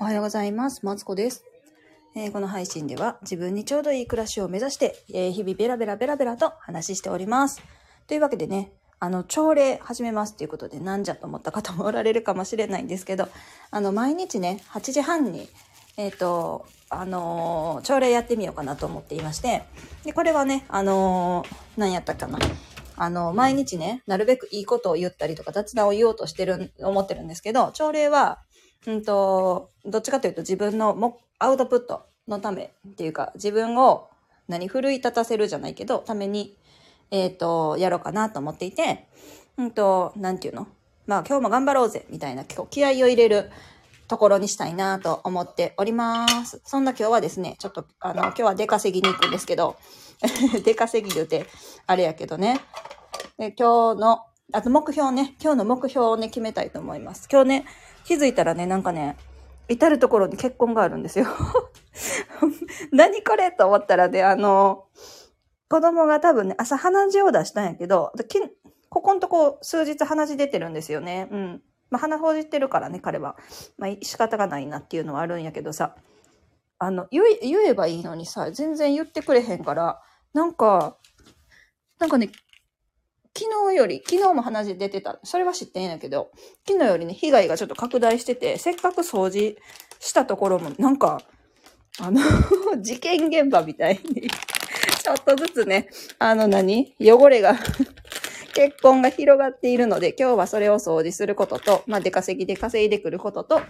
おはようございます。マツコです。この配信では自分にちょうどいい暮らしを目指して、日々ベラベラと話しております。というわけでね、朝礼始めますということでなんじゃと思った方もおられるかもしれないんですけど、毎日ね、8時半に、朝礼やってみようかなと思っていまして、で、これはね、何やったかな。毎日ね、なるべくいいことを言ったりとか雑談を言おうと思ってるんですけど、朝礼は、どっちかというと自分のアウトプットのためっていうか、自分を奮い立たせるじゃないけど、ために、やろうかなと思っていて、なんていうの？まあ今日も頑張ろうぜみたいな気合を入れるところにしたいなと思っております。そんな今日はですね、ちょっと今日は出稼ぎに行くんですけど、出稼ぎ言うてあれやけどね。で今日の目標をね決めたいと思います。今日ね気づいたらね至るところに結婚があるんですよ。何これと思ったらね子供が多分ね朝鼻血を出したんやけど、ここのとこ数日鼻血出てるんですよね。うん。まあ鼻ほじってるからね彼はまあ仕方がないなっていうのはあるんやけどさ、言えばいいのにさ全然言ってくれへんから、なんかね。昨日も鼻血出てた。それは知ってんやけど、昨日よりね、被害がちょっと拡大してて、せっかく掃除したところも、事件現場みたいに、ちょっとずつね、汚れが、血痕が広がっているので、今日はそれを掃除することと、まあ、出稼ぎで稼いでくることと、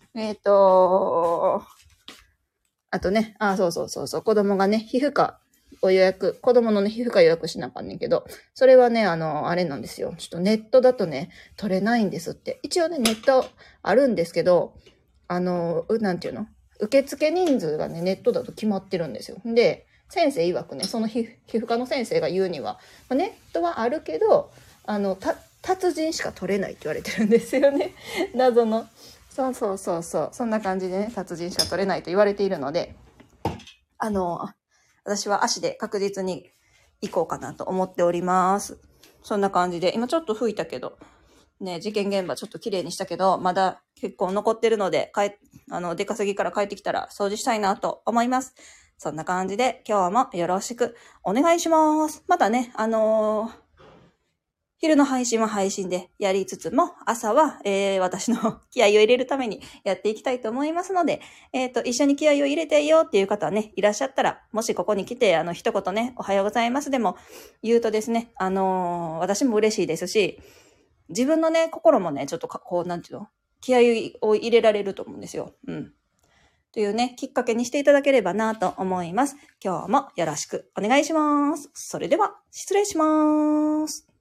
あとね、そう、子供がね、皮膚科、子供のね、皮膚科予約しなあかんねんけど、それはね、あれなんですよ。ちょっとネットだとね、取れないんですって。一応ね、ネットあるんですけど、なんていうの？受付人数がね、ネットだと決まってるんですよ。で、先生曰くね、その皮膚科の先生が言うには、ネットはあるけど、達人しか取れないって言われてるんですよね。謎の。そう。そんな感じでね、達人しか取れないと言われているので、私は足で確実に行こうかなと思っております。そんな感じで、今ちょっと吹いたけど、ね、事件現場ちょっと綺麗にしたけど、まだ結構残ってるので、出稼ぎから帰ってきたら掃除したいなと思います。そんな感じで今日もよろしくお願いします。またね、昼の配信は配信でやりつつも、朝は、私の気合を入れるためにやっていきたいと思いますので、一緒に気合を入れてよっていう方はね、いらっしゃったら、もしここに来て、一言ね、おはようございますでも言うとですね、私も嬉しいですし、自分のね、心もね、ちょっと気合を入れられると思うんですよ。うん。というね、きっかけにしていただければなと思います。今日もよろしくお願いします。それでは、失礼します。